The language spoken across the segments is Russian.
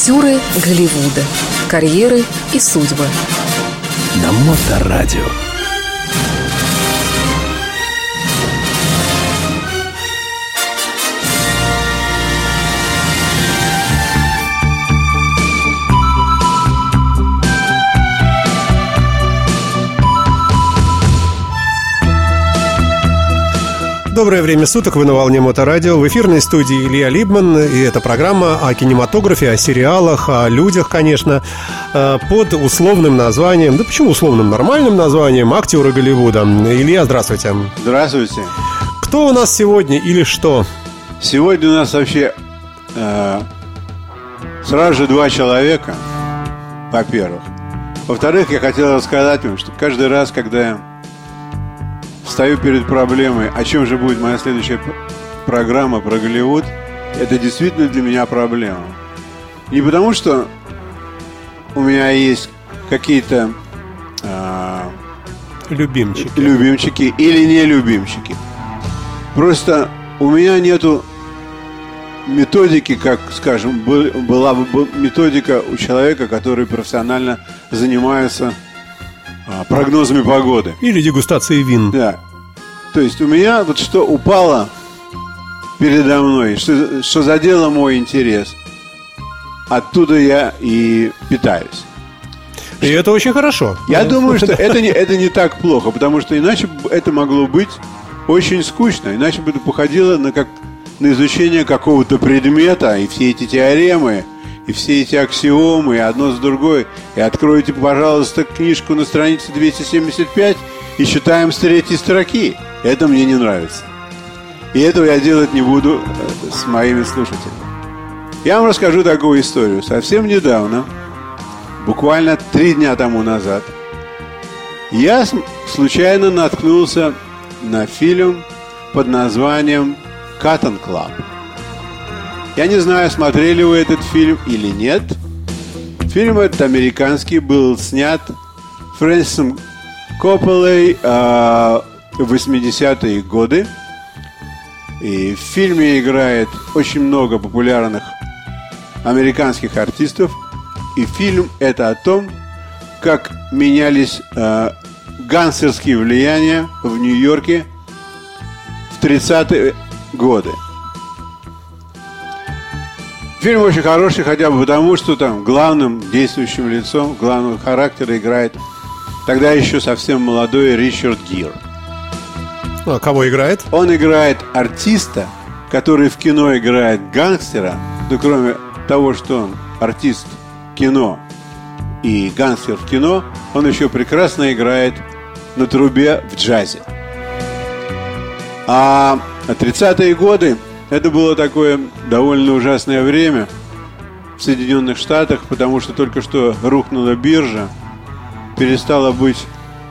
Актеры Голливуда. Карьеры и судьбы. На Моторадио. Доброе время суток, вы на волне Моторадио. В эфирной студии Илья Либман. И это программа о кинематографе, о сериалах, о людях, конечно, под условным названием, да почему условным, нормальным названием «Актеры Голливуда». Илья, здравствуйте. Здравствуйте. Кто у нас сегодня или что? Сегодня у нас вообще сразу же два человека, во-первых. Во-вторых, я хотел рассказать вам, что каждый раз, когда я стою перед проблемой, о чем же будет моя следующая программа про Голливуд, это действительно для меня проблема. Не потому, что у меня есть какие-то любимчики или не любимчики. Просто у меня нету методики, как, скажем, была бы методика у человека, который профессионально занимается прогнозами погоды. Или дегустацией вин. Да. То есть у меня вот что упало передо мной, что задело мой интерес, оттуда я и питаюсь. И это очень хорошо. Я думаю, что это не так плохо, потому что иначе это могло быть очень скучно, иначе бы это походило на изучение какого-то предмета, и все эти теоремы, и все эти аксиомы, и одно с другой. И откройте, пожалуйста, книжку на странице 275 и читаем с 3-й строки. Это мне не нравится. И этого я делать не буду с моими слушателями. Я вам расскажу такую историю. Совсем недавно, буквально 3 дня тому назад, я случайно наткнулся на фильм под названием «Cotton Club». Я не знаю, смотрели вы этот фильм или нет. Фильм этот американский, был снят Фрэнсисом Копполой в 80-е годы. И в фильме играет очень много популярных американских артистов. И фильм это о том, как менялись гангстерские влияния в Нью-Йорке в 30-е годы. Фильм очень хороший, хотя бы потому, что там главным действующим лицом, главного характера играет тогда еще совсем молодой Ричард Гир. А кого играет? Он играет артиста, который в кино играет гангстера. Но кроме того, что он артист кино и гангстер в кино, он еще прекрасно играет на трубе в джазе. А 30-е годы это было такое довольно ужасное время в Соединенных Штатах, потому что только что рухнула биржа, перестало быть,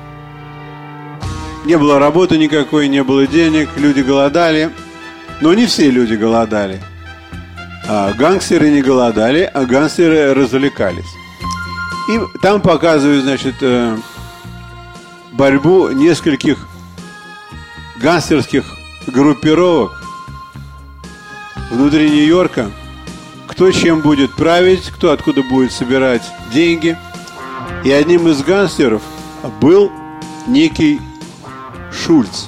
не было работы никакой, не было денег, люди голодали, но не все люди голодали, а гангстеры не голодали, а гангстеры развлекались. И там показывают, значит, борьбу нескольких гангстерских группировок внутри Нью-Йорка, кто чем будет править, кто откуда будет собирать деньги. И одним из гангстеров был некий Шульц.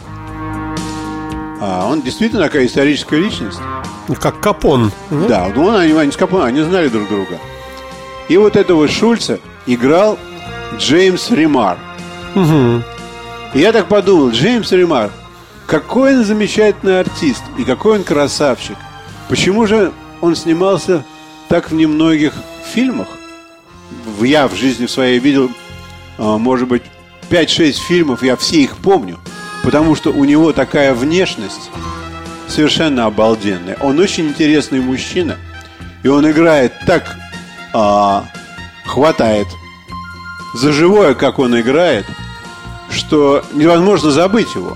Он действительно такая историческая личность. Как Капон. Да, они с Капоном, они знали друг друга. И вот этого Шульца играл Джеймс Ремар. Угу. И я так подумал, Джеймс Ремар, какой он замечательный артист и какой он красавчик. Почему же он снимался так в немногих фильмах? Я в жизни своей видел, может быть, 5-6 фильмов, я все их помню. Потому что у него такая внешность совершенно обалденная. Он очень интересный мужчина. И он играет так, хватает за живое, как он играет, что невозможно забыть его.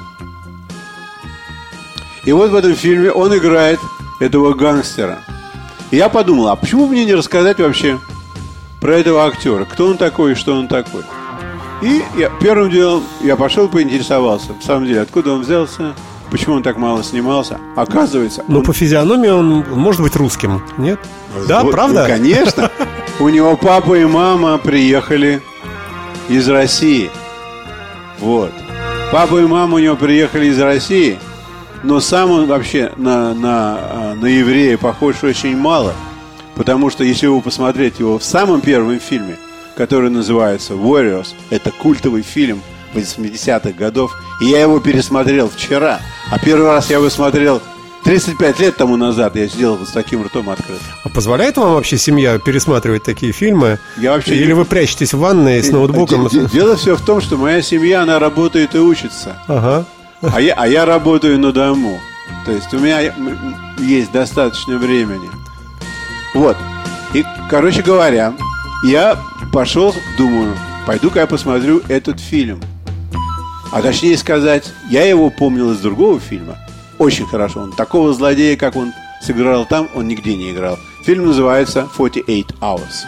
И вот в этом фильме он играет этого гангстера. И я подумал, а почему бы мне не рассказать вообще про этого актера? Кто он такой и что он такой? И первым делом я пошел поинтересовался, в самом деле, откуда он взялся, почему он так мало снимался. Оказывается... Но по физиономии он может быть русским, нет? Да, правда? Ну, конечно. У него папа и мама приехали из России. Вот. Папа и мама у него приехали из России, но сам он вообще на еврея похож очень мало. Потому что если вы посмотреть его в самом первом фильме, который называется «Warriors», это культовый фильм 80-х годов, и я его пересмотрел вчера. А первый раз я его смотрел 35 лет тому назад, я сидел вот с таким ртом открытым. А позволяет вам вообще семья пересматривать такие фильмы? Или вы прячетесь в ванной с ноутбуком? Дело все в том, что моя семья, она работает и учится. Ага. А я работаю на дому. То есть у меня есть достаточно времени. Вот. И, короче говоря, я пошел, думаю, пойду-ка я посмотрю этот фильм. А точнее сказать, я его помнил из другого фильма. Очень хорошо. Он такого злодея, как он сыграл там, он нигде не играл. Фильм называется 48 Hours.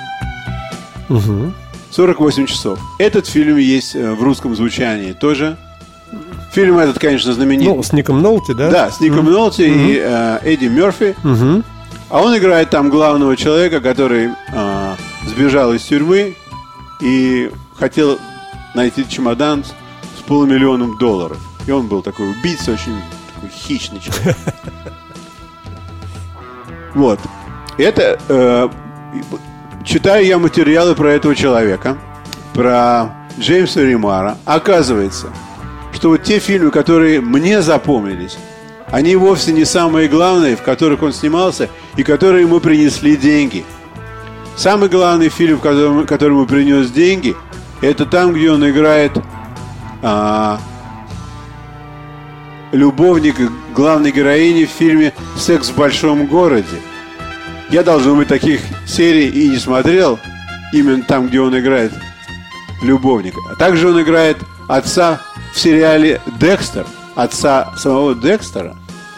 48 часов. Этот фильм есть в русском звучании тоже. Фильм этот, конечно, знаменит. Ну, с Ником Нолти, да? Да, с Ником Нолти и Эдди Мерфи. А он играет там главного человека, который сбежал из тюрьмы и хотел найти чемодан с $500 000. И он был такой убийца, очень такой хищный человек. Вот. Это читаю я материалы про этого человека, про Джеймса Ремара. Оказывается, что вот те фильмы, которые мне запомнились, они вовсе не самые главные, в которых он снимался, и которые ему принесли деньги. Самый главный фильм, который ему принес деньги, это там, где он играет любовника главной героини в фильме «Секс в большом городе». Я, должен быть, таких серий и не смотрел, именно там, где он играет любовника. А также он играет отца в сериале «Декстер», отца самого Декстера.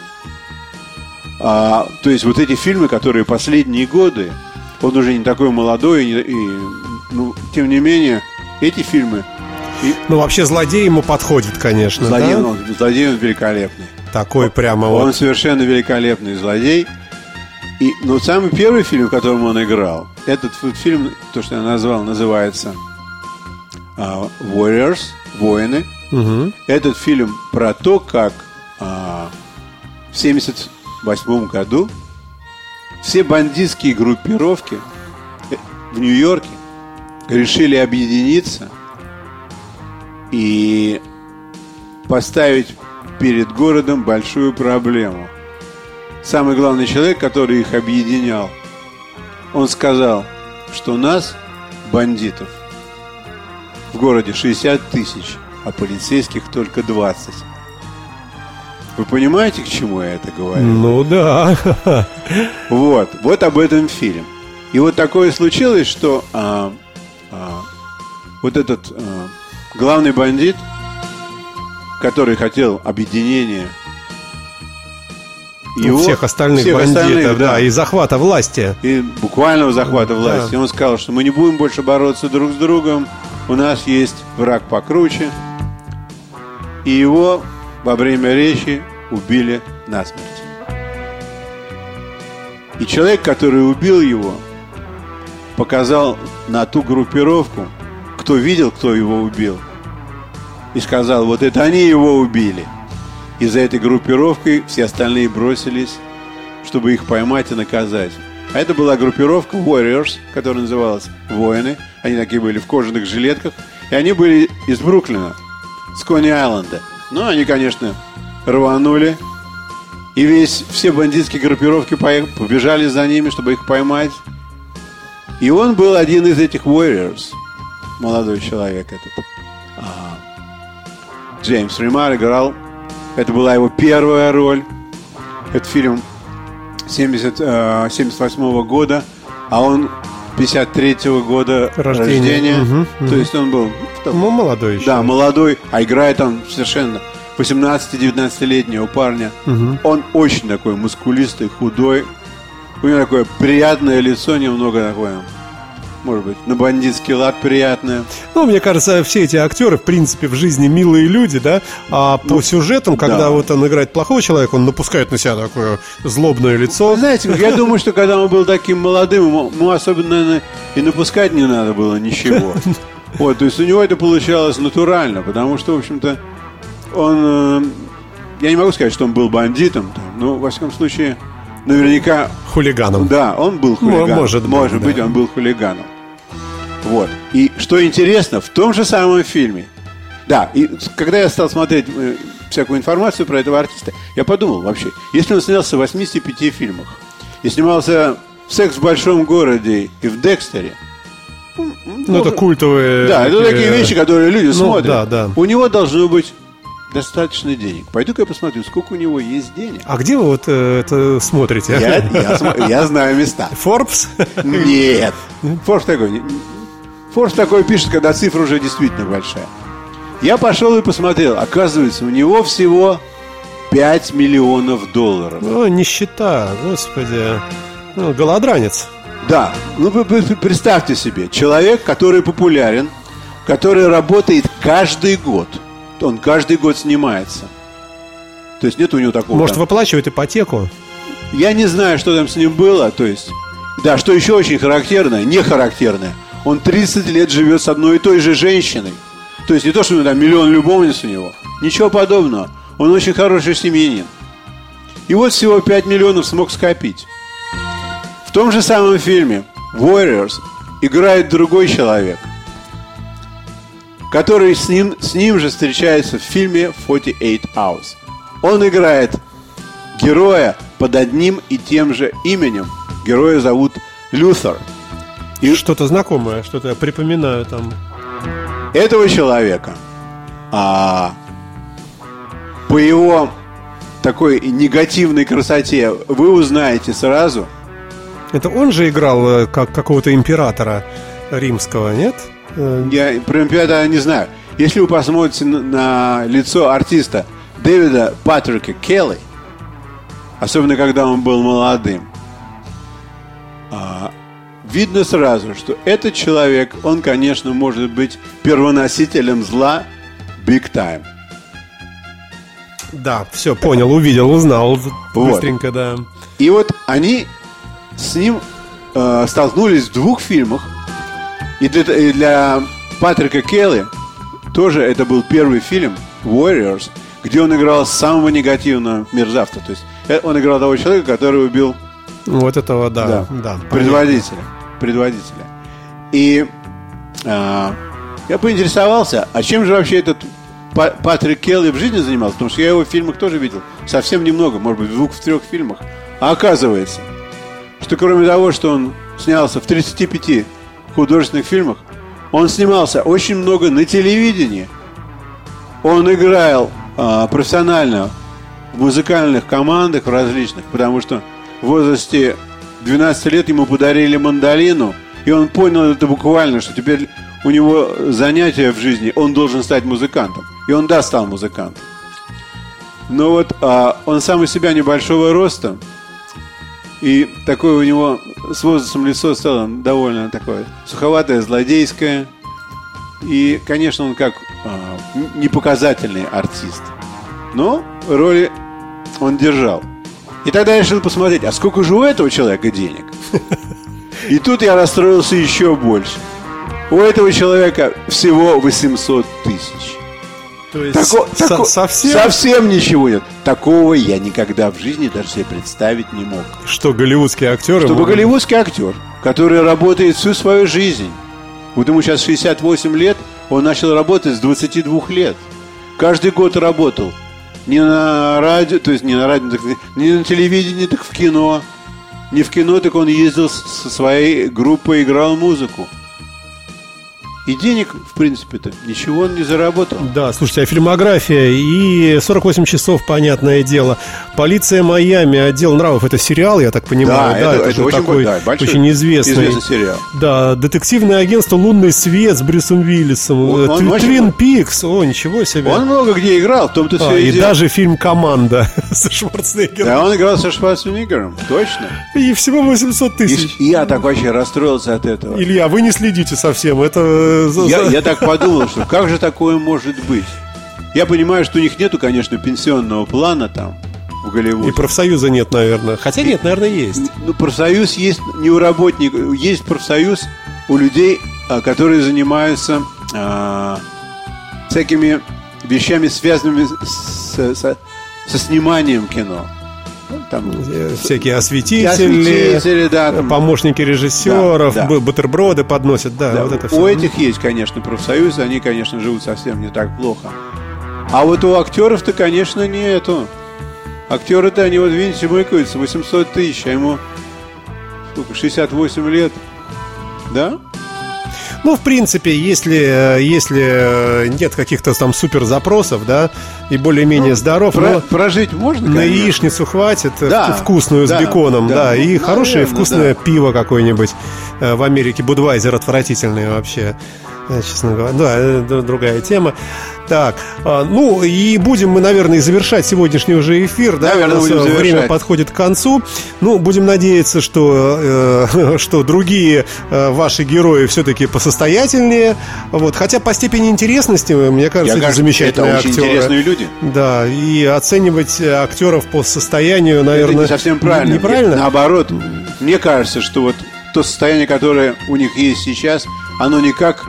То есть вот эти фильмы, которые последние годы, он уже не такой молодой, ну, тем не менее, эти фильмы... Ну, вообще злодей ему подходит, конечно. Злодей, да? Злодей он великолепный. Такой прямо он вот. Совершенно великолепный злодей. Но самый первый фильм, в котором он играл, этот фильм, то, что я назвал, называется «Warriors», «Воины». Этот фильм про то, как в 1978 году все бандитские группировки в Нью-Йорке решили объединиться и поставить перед городом большую проблему. Самый главный человек, который их объединял, он сказал, что нас, бандитов, в городе 60 тысяч, а полицейских только 20. Вы понимаете, к чему я это говорю? Ну да. Вот об этом фильм. И вот такое случилось, что вот этот главный бандит, который хотел объединения всех остальных бандитов, да, и захвата власти. И буквального захвата власти. Да. Он сказал, что мы не будем больше бороться друг с другом, у нас есть враг покруче. И его во время речи убили насмерть. И человек, который убил его, показал на ту группировку, кто видел, кто его убил, и сказал, вот это они его убили. И за этой группировкой все остальные бросились, чтобы их поймать и наказать. А это была группировка Warriors, которая называлась «Воины». Они такие были в кожаных жилетках. И они были из Бруклина, с Кони-Айленда. Ну, они, конечно, рванули. И все бандитские группировки побежали за ними, чтобы их поймать. И он был один из этих Warriors. Молодой человек этот. Джеймс Ремар играл. Это была его первая роль. Это фильм 78 года, а он 53-го года рождения. То есть он был... молодой еще. Да, молодой, а играет он совершенно 18-19-летнего парня. Он очень такой мускулистый, худой. У него такое приятное лицо, немного такое может быть, на бандитский лад приятная. Ну, мне кажется, все эти актеры, в принципе, в жизни милые люди, да? А по сюжетам, когда вот он играет плохого человека, он напускает на себя такое злобное лицо. Знаете, я думаю, что когда он был таким молодым, ему особенно, наверное, и напускать не надо было ничего. Вот, то есть у него это получалось натурально, потому что, в общем-то, он... Я не могу сказать, что он был бандитом, но, во всяком случае, наверняка... Хулиганом. Да, он был хулиганом. Может быть, он был хулиганом. Вот. И что интересно, в том же самом фильме... Да, и когда я стал смотреть всякую информацию про этого артиста, я подумал вообще, если он снялся в 85 фильмах и снимался в «Секс в большом городе» и в «Декстере», ну, это культовые... Да, это такие вещи, которые люди смотрят. Да. У него должно быть достаточно денег. Пойду-ка я посмотрю, сколько у него есть денег. А где вы вот это смотрите? Я знаю места. Forbes? Нет. Forbes такой пишет, когда цифра уже действительно большая. Я пошел и посмотрел. Оказывается, у него всего $5 миллионов. Ну, нищета, господи. Ну, голодранец. Да, ну вы представьте себе, человек, который популярен, который работает каждый год. Он каждый год снимается. То есть нет у него такого... Может, выплачивает ипотеку? Я не знаю, что там с ним было. То есть, да, что еще очень характерное, не характерное, он 30 лет живет с одной и той же женщиной. То есть не то, что у него там миллион любовниц у него. Ничего подобного. Он очень хороший семьянин. И вот всего 5 миллионов смог скопить. В том же самом фильме Warriors играет другой человек, который с ним же встречается в фильме 48 Hours. Он играет героя под одним и тем же именем. Героя зовут Лютер. И что-то знакомое, что-то я припоминаю там. Этого человека по его такой негативной красоте вы узнаете сразу. Это он же играл как какого-то императора римского, нет? Я про императора не знаю. Если вы посмотрите на лицо артиста Дэвида Патрика Келли, особенно когда он был молодым, видно сразу, что этот человек, он, конечно, может быть первоносителем зла big time. Да, все, понял, увидел, узнал быстренько, вот. Да. И вот они с ним столкнулись в двух фильмах. И для Патрика Келли тоже это был первый фильм Warriors, где он играл самого негативного мерзавца. То есть он играл того человека, который убил вот этого, да, предводителя. И я поинтересовался, а чем же вообще этот Патрик Келли в жизни занимался? Потому что я его в фильмах тоже видел. Совсем немного, может быть, в 2-3 фильмах. А оказывается, что кроме того, что он снялся в 35 художественных фильмах, он снимался очень много на телевидении. Он играл профессионально в музыкальных командах различных, потому что в возрасте 12 лет ему подарили мандолину, и он понял это буквально, что теперь у него занятие в жизни, он должен стать музыкантом. И он, да, стал музыкантом. Но вот он сам из себя небольшого роста, и такое у него с возрастом лицо стало довольно такое суховатое, злодейское. И, конечно, он как непоказательный артист. Но роли он держал. И тогда я решил посмотреть, а сколько же у этого человека денег? И тут я расстроился еще больше. У этого человека всего 800 тысяч. То есть совсем ничего нет. Такого я никогда в жизни даже себе представить не мог. Что голливудский актер? Чтобы голливудский актер, который работает всю свою жизнь. Вот ему сейчас 68 лет, он начал работать с 22 лет. Каждый год работал. Не на радио, то есть не на радио, не на телевидении, так в кино. Не в кино, так он ездил со своей группой, играл музыку. И денег, в принципе-то, ничего он не заработал. Да, слушайте, а фильмография и 48 часов, понятное дело. «Полиция Майами», «Отдел нравов» — это сериал, я так понимаю. Да, это же очень, такой большой, очень известный сериал. Да, «Детективное агентство «Лунный свет» с Брюсом Уиллисом. «Твин Пикс», о, ничего себе. Он много где играл, в том-то все и даже фильм «Команда» со Шварценеггером. Да, он играл со Шварценеггером, точно. И всего 800 тысяч. И я так вообще расстроился от этого. Илья, вы не следите совсем, это... Я так подумал, что как же такое может быть? Я понимаю, что у них нету, конечно, пенсионного плана там в Голливуде. И профсоюза нет, наверное. Хотя нет, наверное, есть. Ну, профсоюз есть не у работников. Есть профсоюз у людей, которые занимаются всякими вещами, связанными со сниманием кино. Там всякие осветители, да, там, помощники режиссеров, да. Бутерброды подносят, да. Вот это все. У этих есть, конечно, профсоюзы, они, конечно, живут совсем не так плохо. А вот у актеров-то, конечно, нету. Актеры-то, они, вот видите, мыкаются, 800 тысяч, а ему сколько, 68 лет, да? Ну, в принципе, если нет каких-то там супер запросов, да, и более-менее здоров, прожить можно, на конечно. яичницу хватит, да, вкусную с беконом, да, и хорошее вкусное пиво какое-нибудь. В Америке Будвайзер отвратительный вообще, честно говоря. Да, это другая тема. Так, ну и будем мы, наверное, завершать сегодняшний уже эфир, да? Наверное, у нас время подходит к концу. Ну, будем надеяться, что другие ваши герои все-таки посостоятельнее. Вот. Хотя по степени интересности, мне кажется, это замечательные актеры. Это очень интересные люди. Да, и оценивать актеров по состоянию, наверное, это не совсем правильно. Неправильно? Наоборот, мне кажется, что вот то состояние, которое у них есть сейчас, оно никак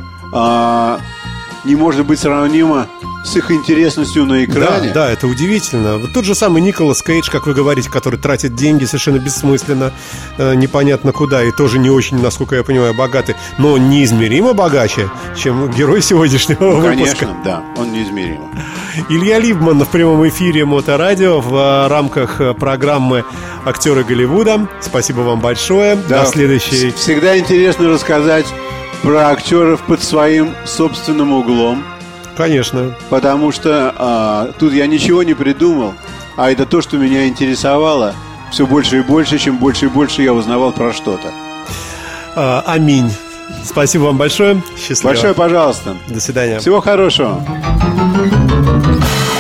не может быть сравнимо с их интересностью на экране. Да, это удивительно. Вот тот же самый Николас Кейдж, как вы говорите, который тратит деньги совершенно бессмысленно, непонятно куда, и тоже не очень, насколько я понимаю, богатый, но неизмеримо богаче, чем герой сегодняшнего выпуска. Конечно, да, он неизмеримо. Илья Либман в прямом эфире Моторадио в рамках программы «Актеры Голливуда». Спасибо вам большое. Да, до следующей. Всегда интересно рассказать про актеров под своим собственным углом. Конечно. Потому что тут я ничего не придумал, а это то, что меня интересовало все больше и больше, чем больше и больше я узнавал про что-то. Аминь. Спасибо вам большое. Счастливо. Большое, пожалуйста. До свидания. Всего хорошего.